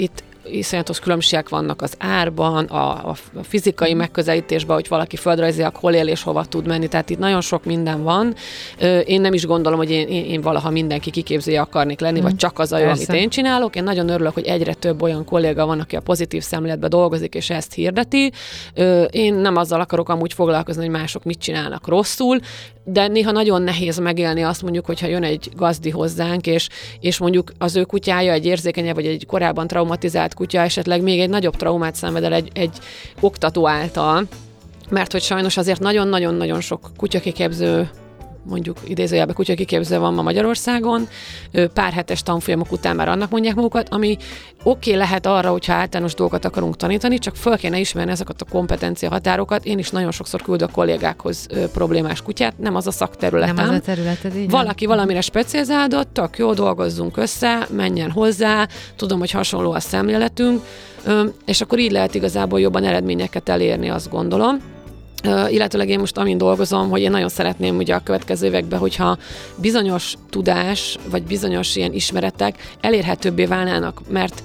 Speaker 4: iszonyatos különbségek vannak az árban, a fizikai megközelítésben, hogy valaki földrajzilag hol él és hova tud menni, tehát itt nagyon sok minden van. Én nem is gondolom, hogy én valaha mindenki kiképzője akarnék lenni, vagy csak az a jó, amit én csinálok. Én nagyon örülök, hogy egyre több olyan kolléga van, aki a pozitív szemléletben dolgozik, és ezt hirdeti. Én nem azzal akarok amúgy foglalkozni, hogy mások mit csinálnak rosszul, de néha nagyon nehéz megélni azt, mondjuk, hogyha jön egy gazdi hozzánk, és mondjuk az ő kutyája egy érzékenyebb, vagy egy korábban traumatizált kutya esetleg még egy nagyobb traumát szenved el egy oktató által, mert hogy sajnos azért nagyon-nagyon-nagyon sok kutyakiképző, mondjuk idézőjelben kutyakiképző van ma Magyarországon, pár hetes tanfolyamok után már annak mondják magukat, ami oké lehet arra, hogyha általános dolgokat akarunk tanítani, csak föl kéne ismerni ezeket a kompetencia határokat. Én is nagyon sokszor küldök kollégákhoz problémás kutyát, nem az a szakterületem.
Speaker 3: Nem az a területed, így
Speaker 4: valaki valamire specializálódott, tök jó, dolgozzunk össze, menjen hozzá, tudom, hogy hasonló a szemléletünk, és akkor így lehet igazából jobban eredményeket elérni, azt gondolom. Illetőleg én most amin dolgozom, hogy én nagyon szeretném ugye a következő években, hogyha bizonyos tudás, vagy bizonyos ilyen ismeretek elérhetőbbé válnának, mert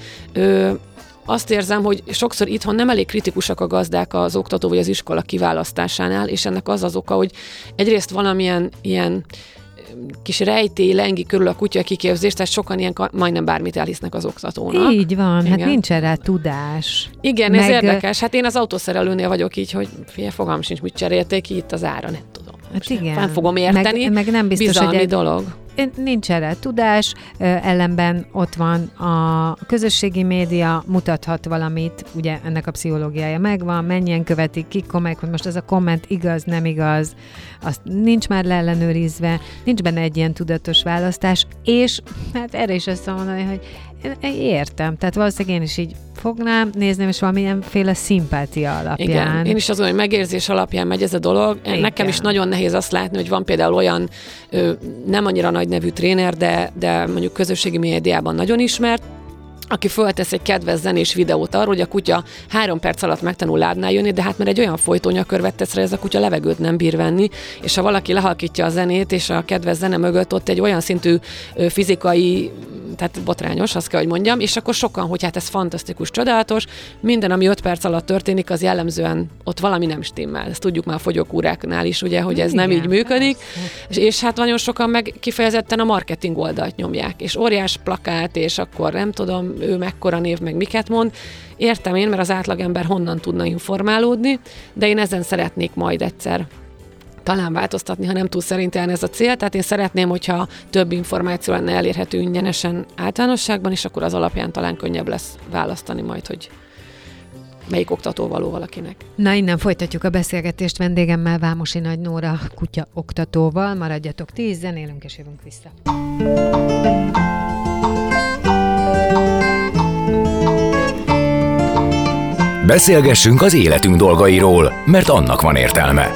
Speaker 4: azt érzem, hogy sokszor itthon nem elég kritikusak a gazdák az oktató vagy az iskola kiválasztásánál, és ennek az oka, hogy egyrészt valamilyen ilyen kis rejtély lengi körül a kutya kiképzést, tehát sokan ilyen majdnem bármit elhisznek az oktatónak.
Speaker 3: Így van,
Speaker 4: igen.
Speaker 3: Hát nincs erre tudás.
Speaker 4: Igen, ez érdekes. Hát én az autószerelőnél vagyok így, hogy fogalmam sincs, mit cserélték ki, itt az ára, nem tudom.
Speaker 3: Hát igen.
Speaker 4: Nem fogom érteni.
Speaker 3: Meg nem biztos,
Speaker 4: bizalmi
Speaker 3: hogy
Speaker 4: dolog.
Speaker 3: Nincs erre tudás, ellenben ott van a közösségi média, mutathat valamit, ugye ennek a pszichológiája megvan, mennyien követik, kik komolyak, hogy most ez a komment igaz, nem igaz, azt nincs már leellenőrizve, nincs benne egy ilyen tudatos választás, és hát erre is azt mondani, hogy én értem, tehát valószínűleg én is így fognám, nézném, és valamilyenféle szimpátia alapján.
Speaker 4: Igen, én is azon, hogy megérzés alapján megy ez a dolog. Igen. Nekem is nagyon nehéz azt látni, hogy van például olyan nem annyira nagy nevű tréner, de mondjuk közösségi médiában nagyon ismert, aki föltesz egy kedves zenés videót arról, hogy a kutya 3 perc alatt megtanul lábnál jönni, de hát mert egy olyan folytónyakörvet tesz rá, ez a kutya levegőt nem bír venni, és ha valaki lehalkítja a zenét, és a kedves zene mögött ott egy olyan szintű fizikai, tehát botrányos, azt kell, hogy mondjam, és akkor sokan, hogy hát ez fantasztikus, csodálatos, minden, ami 5 perc alatt történik, az jellemzően ott valami nem stimmel. Ezt tudjuk már a fogyókúráknál is, ugye, hogy ez nem így működik, és hát nagyon sokan meg kifejezetten a marketing oldalt nyomják, és óriás plakát, és akkor nem tudom, ő mekkora név, meg miket mond. Értem én, mert az átlagember honnan tudna informálódni, de én ezen szeretnék majd egyszer talán változtatni, ha nem túl szerintem ez a cél. Tehát én szeretném, hogyha több információ lenne elérhető ingyenesen általánosságban, és akkor az alapján talán könnyebb lesz választani majd, hogy melyik oktató való valakinek.
Speaker 3: Na, innen folytatjuk a beszélgetést vendégemmel, Vámosi Nagy Nóra kutya oktatóval. Maradjatok ti, zenélünk és jövünk vissza.
Speaker 1: Beszélgessünk az életünk dolgairól, mert annak van értelme.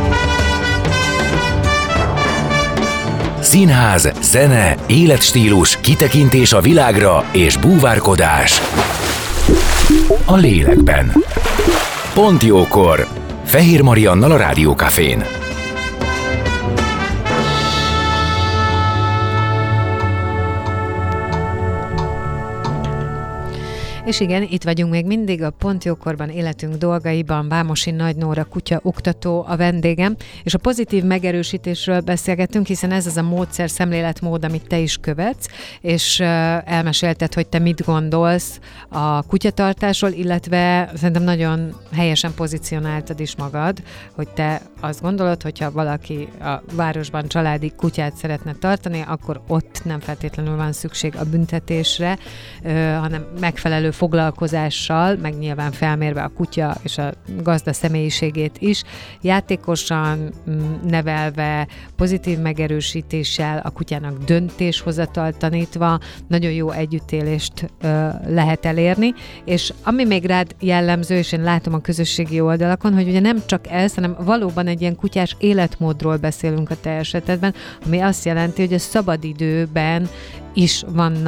Speaker 1: Színház, zene, életstílus, kitekintés a világra és búvárkodás a lélekben. Pont jókor! Fehér Mariannal a Rádió Cafén.
Speaker 3: És igen, itt vagyunk még mindig a Pont jókorban, életünk dolgaiban, Vámosi Nagy Nóra kutya oktató a vendégem, és a pozitív megerősítésről beszélgettünk, hiszen ez az a módszer, szemléletmód, amit te is követsz, és elmesélted, hogy te mit gondolsz a kutyatartásról, illetve szerintem nagyon helyesen pozícionáltad is magad, hogy te azt gondolod, hogyha valaki a városban családi kutyát szeretne tartani, akkor ott nem feltétlenül van szükség a büntetésre, hanem megfelelő foglalkozással, meg nyilván felmérve a kutya és a gazda személyiségét is, játékosan nevelve, pozitív megerősítéssel, a kutyának döntéshozatalt tanítva, nagyon jó együttélést lehet elérni, és ami még rád jellemző, és én látom a közösségi oldalakon, hogy ugye nem csak ez, hanem valóban egy ilyen kutyás életmódról beszélünk a te esetedben, ami azt jelenti, hogy a szabadidőben is vannak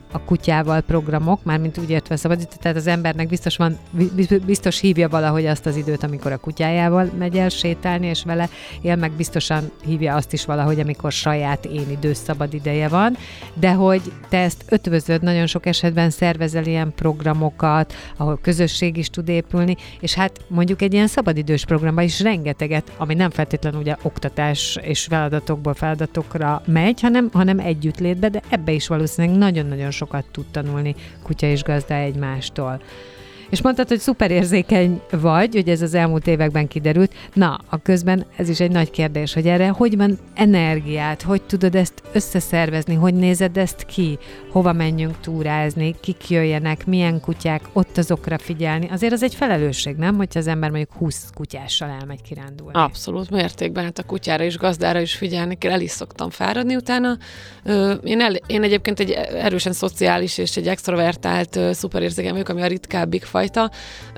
Speaker 3: a kutyával programok, mármint úgy értve szabadítva, tehát az embernek biztos hívja valahogy azt az időt, amikor a kutyájával megy el sétálni, és vele él, meg biztosan hívja azt is valahogy, amikor saját én idős szabad ideje van, de hogy te ezt ötvözöd, nagyon sok esetben szervezel ilyen programokat, ahol közösség is tud épülni, és hát mondjuk egy ilyen szabadidős programban is rengeteget, ami nem feltétlenül ugye oktatás és feladatokra megy, hanem együttlétbe, de ebbe is valószínűleg nagyon-nagyon sokat tud tanulni kutya és gazda egymástól. És mondtad, hogy szuperérzékeny vagy, hogy ez az elmúlt években kiderült. Na, a közben ez is egy nagy kérdés, hogy erre hogy van energiát, hogy tudod ezt összeszervezni, hogy nézed ezt ki, hova menjünk túrázni, kik jöjjenek, milyen kutyák, ott azokra figyelni. Azért az egy felelősség, nem? Hogyha az ember mondjuk 20 kutyással elmegy kirándulni.
Speaker 4: Abszolút mértékben, hát a kutyára és gazdára is figyelni kell, el is szoktam fáradni utána. Én egyébként egy erősen szociális és egy extrovertált szuperérzékeny vagyok, ami a ritkábbik fajta.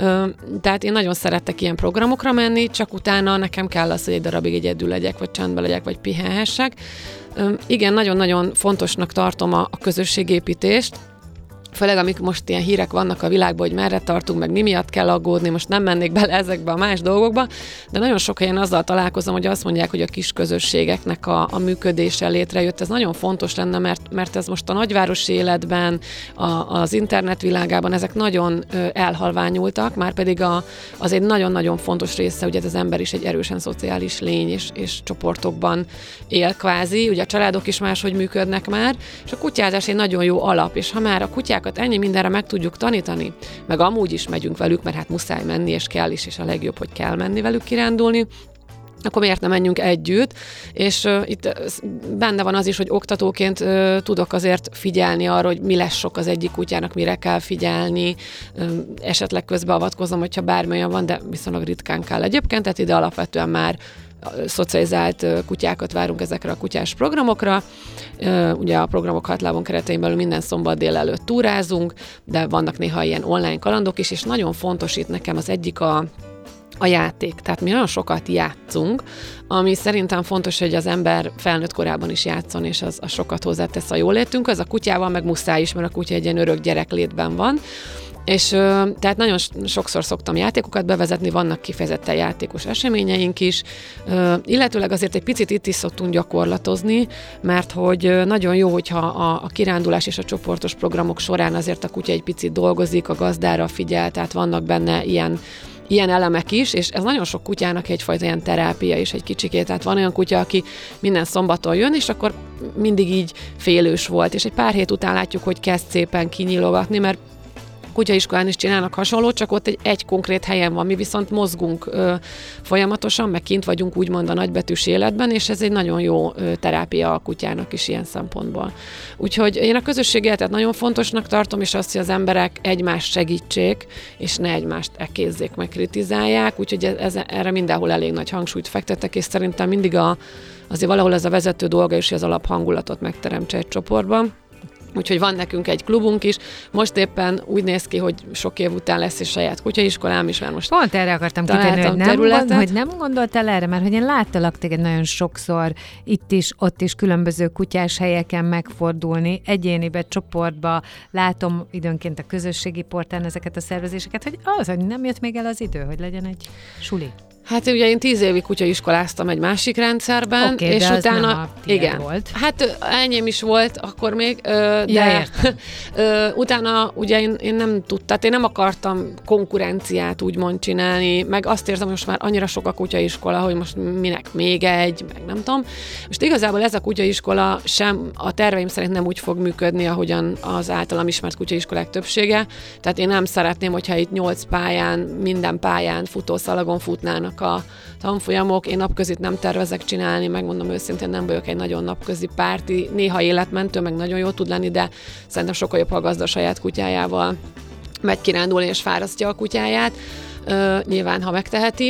Speaker 4: Tehát én nagyon szeretek ilyen programokra menni, csak utána nekem kell az, hogy egy darabig egyedül legyek, vagy csendben legyek, vagy pihenhessek. Igen, nagyon-nagyon fontosnak tartom a közösségépítést, főleg amik most ilyen hírek vannak a világban, hogy merre tartunk, meg mi miatt kell aggódni, most nem mennék bele ezekbe a más dolgokba, de nagyon sok helyen azzal találkozom, hogy azt mondják, hogy a kis közösségeknek a működése létrejött. Ez nagyon fontos lenne, mert ez most a nagyvárosi életben, az internet világában ezek nagyon elhalványultak, már pedig az egy nagyon-nagyon fontos része, ugye az ember is egy erősen szociális lény, és csoportokban él kvázi, ugye a családok is máshogy működnek már, és a kutyázás egy nagyon jó alap, és ha már a kutyák ennyi mindenre meg tudjuk tanítani, meg amúgy is megyünk velük, mert hát muszáj menni, és kell is, és a legjobb, hogy kell menni velük kirándulni, akkor miért nem menjünk együtt, és itt benne van az is, hogy oktatóként tudok azért figyelni arra, hogy mi lesz sok az egyik kutyának, mire kell figyelni, esetleg közbeavatkozom, hogyha bármi olyan van, de viszonylag ritkán kell egyébként, tehát ide alapvetően már szocializált kutyákat várunk ezekre a kutyás programokra. Ugye a programok 6 lábon keretein belül minden szombat délelőtt túrázunk, de vannak néha ilyen online kalandok is, és nagyon fontos itt nekem az egyik a játék. Tehát mi nagyon sokat játszunk, ami szerintem fontos, hogy az ember felnőtt korában is játszon, és az sokat hozzátesz a jólétünk. Az a kutyával meg muszáj is, mert a kutya egy ilyen örök gyereklétben van. És tehát nagyon sokszor szoktam játékokat bevezetni, vannak kifejezetten játékos eseményeink is, illetőleg azért egy picit itt is szoktunk gyakorlatozni, mert hogy nagyon jó, hogyha a kirándulás és a csoportos programok során azért a kutya egy picit dolgozik, a gazdára figyel, tehát vannak benne ilyen elemek is, és ez nagyon sok kutyának egyfajta ilyen terápia is egy kicsikét. Tehát van olyan kutya, aki minden szombaton jön, és akkor mindig így félős volt, és egy pár hét után látjuk, hogy kezd szépen kinyílogatni, mert kutyaiskolán is csinálnak hasonlót, csak ott egy konkrét helyen van. Mi viszont mozgunk folyamatosan, meg kint vagyunk úgymond a nagybetűs életben, és ez egy nagyon jó terápia a kutyának is ilyen szempontból. Úgyhogy én a közösségi életet nagyon fontosnak tartom, és azt, hogy az emberek egymást segítsék, és ne egymást ekézzék, meg kritizálják, úgyhogy erre mindenhol elég nagy hangsúlyt fektetek, és szerintem mindig azért valahol ez a vezető dolga is, hogy az alaphangulatot megteremtse egy csoportban. Úgyhogy van nekünk egy klubunk is, most éppen úgy néz ki, hogy sok év után lesz is saját kutyaiskolám is, mert most
Speaker 3: pont erre akartam kitérni, hogy nem gondoltál erre, mert hogy én láttalak téged nagyon sokszor itt is, ott is különböző kutyás helyeken megfordulni, egyénibe, csoportba, látom időnként a közösségi portán ezeket a szervezéseket, hogy nem jött még el az idő, hogy legyen egy suli.
Speaker 4: Hát ugye én 10 évig kutyaiskoláztam egy másik rendszerben,
Speaker 3: okay,
Speaker 4: és
Speaker 3: de
Speaker 4: utána
Speaker 3: nem
Speaker 4: igen.
Speaker 3: Volt.
Speaker 4: Hát enyém is volt akkor még, de utána ugye én nem tudtam, én nem akartam konkurenciát úgymond csinálni, meg azt érzem, hogy most már annyira sok a kutyaiskola, hogy most minek még egy, meg nem tudom. Most igazából ez a kutyaiskola sem a terveim szerint nem úgy fog működni, ahogyan az általam ismert kutyaiskolák többsége. Tehát én nem szeretném, hogyha itt 8 pályán, minden pályán futószalagon futnának a tanfolyamok. Én napközit nem tervezek csinálni, megmondom őszintén, nem vagyok egy nagyon napközi párti, néha életmentő, meg nagyon jó tud lenni, de szerintem sokkal jobb, ha a gazda saját kutyájával megy kirándulni és fárasztja a kutyáját. Nyilván, ha megteheti.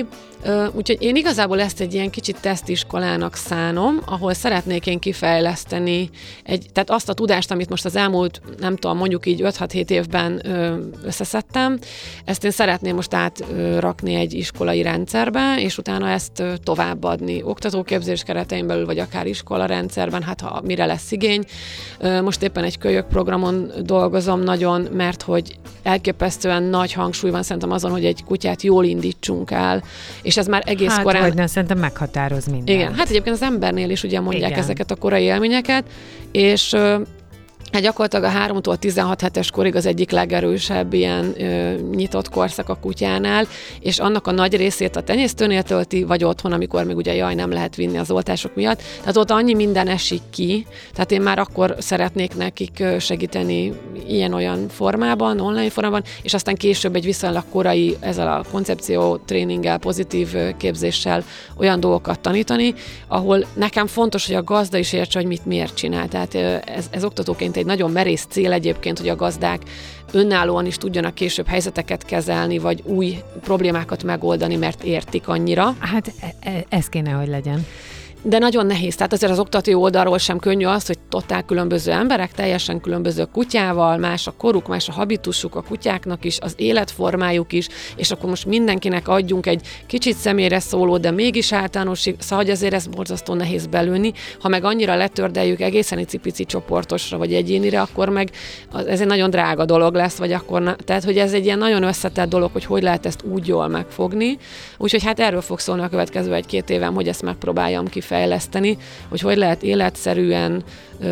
Speaker 4: Úgyhogy én igazából ezt egy ilyen kicsit tesztiskolának szánom, ahol szeretnék én kifejleszteni tehát azt a tudást, amit most az elmúlt, nem tudom, mondjuk így 5-6-7 évben összeszedtem, ezt én szeretném most átrakni egy iskolai rendszerbe, és utána ezt továbbadni oktatóképzés keretein belül, vagy akár iskola rendszerben, hát ha mire lesz igény. Most éppen egy kölyök programon dolgozom nagyon, mert hogy elképesztően nagy hangsúly van szerintem azon, hogy egy kutyát jól indítsunk el, és ez már egész korán...
Speaker 3: Hát, szerintem meghatároz mindent.
Speaker 4: Igen, hát egyébként az embernél is ugye mondják ezeket a korai élményeket, és hát gyakorlatilag a 3-tól 16 hetes korig az egyik legerősebb ilyen nyitott korszak a kutyánál, és annak a nagy részét a tenyésztőnél tölti, vagy otthon, amikor még ugye nem lehet vinni az oltások miatt. Tehát ott annyi minden esik ki, tehát én már akkor szeretnék nekik segíteni ilyen-olyan formában, online formában, és aztán később egy viszonylag korai ezzel a koncepció tréninggel, pozitív képzéssel olyan dolgokat tanítani, ahol nekem fontos, hogy a gazda is értse, hogy mit miért csinál. Tehát ez oktatóként egy nagyon merész cél egyébként, hogy a gazdák önállóan is tudjanak később helyzeteket kezelni, vagy új problémákat megoldani, mert értik annyira.
Speaker 3: Hát ez kéne, hogy legyen.
Speaker 4: De nagyon nehéz. Tehát azért az oktató oldalról sem könnyű az, hogy totál különböző emberek, teljesen különböző kutyával, más a koruk, más a habitusuk a kutyáknak is, az életformájuk is, és akkor most mindenkinek adjunk egy kicsit személyre szóló, de mégis általános, szóval hogy azért ez borzasztó nehéz belőni. Ha meg annyira letördeljük egészen icipici csoportosra vagy egyénire, akkor meg ez egy nagyon drága dolog lesz, vagy akkor, tehát hogy ez egy ilyen nagyon összetett dolog, hogy lehet ezt úgy jól megfogni. Úgyhogy hát erről fog szólni a következő 1-2 évem, hogy ezt megpróbáljam kifejleszteni, hogy lehet életszerűen,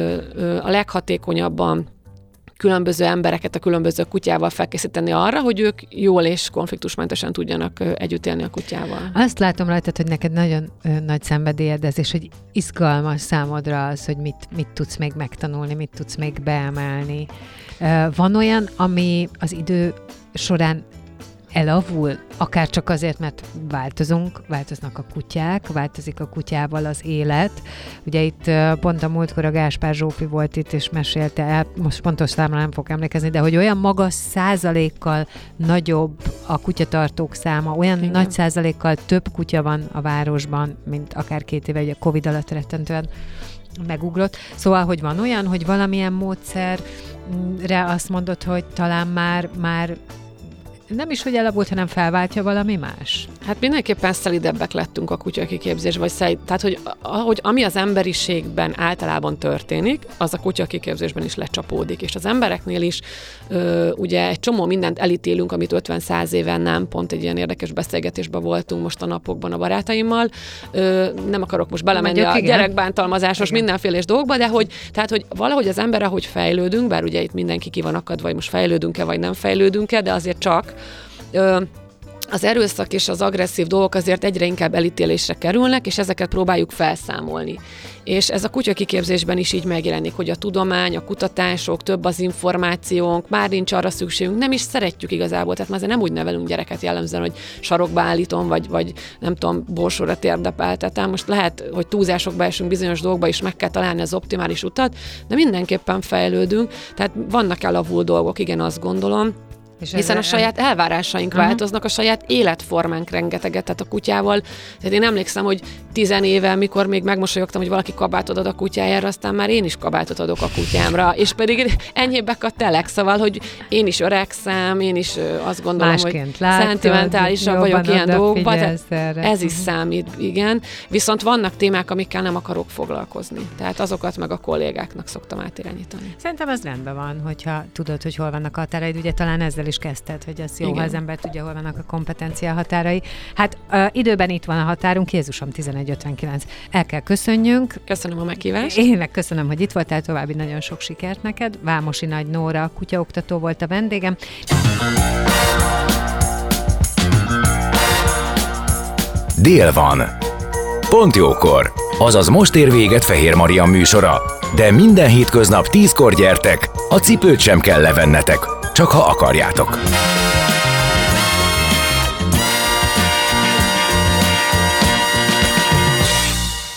Speaker 4: a leghatékonyabban különböző embereket a különböző kutyával felkészíteni arra, hogy ők jól és konfliktusmentesen tudjanak együtt élni a kutyával.
Speaker 3: Azt látom rajtad, hogy neked nagyon nagy szenvedélyed ez, és hogy izgalmas számodra az, hogy mit tudsz még megtanulni, mit tudsz még beemelni. Van olyan, ami az idő során elavul, akár csak azért, mert változnak a kutyák, változik a kutyával az élet. Ugye itt pont a múltkor a Gáspár Zsófi volt itt, és mesélte el, most pontos számra nem fogok emlékezni, de hogy olyan magas százalékkal nagyobb a kutyatartók száma, olyan igen, nagy százalékkal több kutya van a városban, mint akár 2 éve, ugye a Covid alatt rettentően megugrott. Szóval, hogy van olyan, hogy valamilyen módszerre azt mondod, hogy talán már nem is, hogy elavult, hanem felváltja valami más?
Speaker 4: Hát mindenképpen szelidebbek lettünk a kutyakiképzésben, tehát, hogy ami az emberiségben általában történik, az a kutyakiképzésben is lecsapódik, és az embereknél is ugye egy csomó mindent elítélünk, amit 50-100 éve nem, pont egy ilyen érdekes beszélgetésben voltunk most a napokban a barátaimmal. Nem akarok most belemenni a gyerekbántalmazásos mindenfélés dolgokba, de hogy valahogy az ember, ahogy fejlődünk, bár ugye itt mindenki ki van akadva, vagy most fejlődünk-e, vagy nem fejlődünk-e, de azért csak az erőszak és az agresszív dolgok azért egyre inkább elítélésre kerülnek, és ezeket próbáljuk felszámolni. És ez a kutyakiképzésben is így megjelenik, hogy a tudomány, a kutatások, több az információnk, már nincs arra szükségünk, nem is szeretjük igazából, tehát már nem úgy nevelünk gyereket jellemzően, hogy sarokba állítom, vagy nem tudom, borsóra térdepáltetem. Most lehet, hogy túlzásokba esünk bizonyos dolgokba, és meg kell találni az optimális utat, de mindenképpen fejlődünk, tehát vannak elavult dolgok, igen, azt gondolom. Hiszen a saját elvárásaink változnak, a saját életformánk rengeteget, tehát a kutyával. Tehát én emlékszem, hogy 10 éve, mikor még megmosolyogtam, hogy valaki kabátot ad a kutyájára, aztán már én is kabátot adok a kutyámra, és pedig enyhébbek a telek, szóval, hogy én is öregszem, én is azt gondolom, másként hogy szentimentálisabb vagyok ilyen dolgokban, ez is számít, igen. Viszont vannak témák, amikkel nem akarok foglalkozni. Tehát azokat meg a kollégáknak szoktam átirányítani.
Speaker 3: Szerintem az rendben van, hogyha tudod, hogy hol vannak a határaid, ugye talán ezzel is kezdted, hogy az jó, igen, ha az ember tudja, hol vannak a kompetencia határai. Hát időben itt van a határunk, Jézusom 11:59. El kell köszönjünk.
Speaker 4: Köszönöm a meghívást.
Speaker 3: Én meg köszönöm, hogy itt voltál, további nagyon sok sikert neked. Vámosi Nagy Nóra kutyaoktató volt a vendégem.
Speaker 1: Dél van. Pont jókor. Azaz most ér véget Fehér Maria műsora. De minden hétköznap 10-kor gyertek, a cipőt sem kell levennetek, csak ha akarjátok.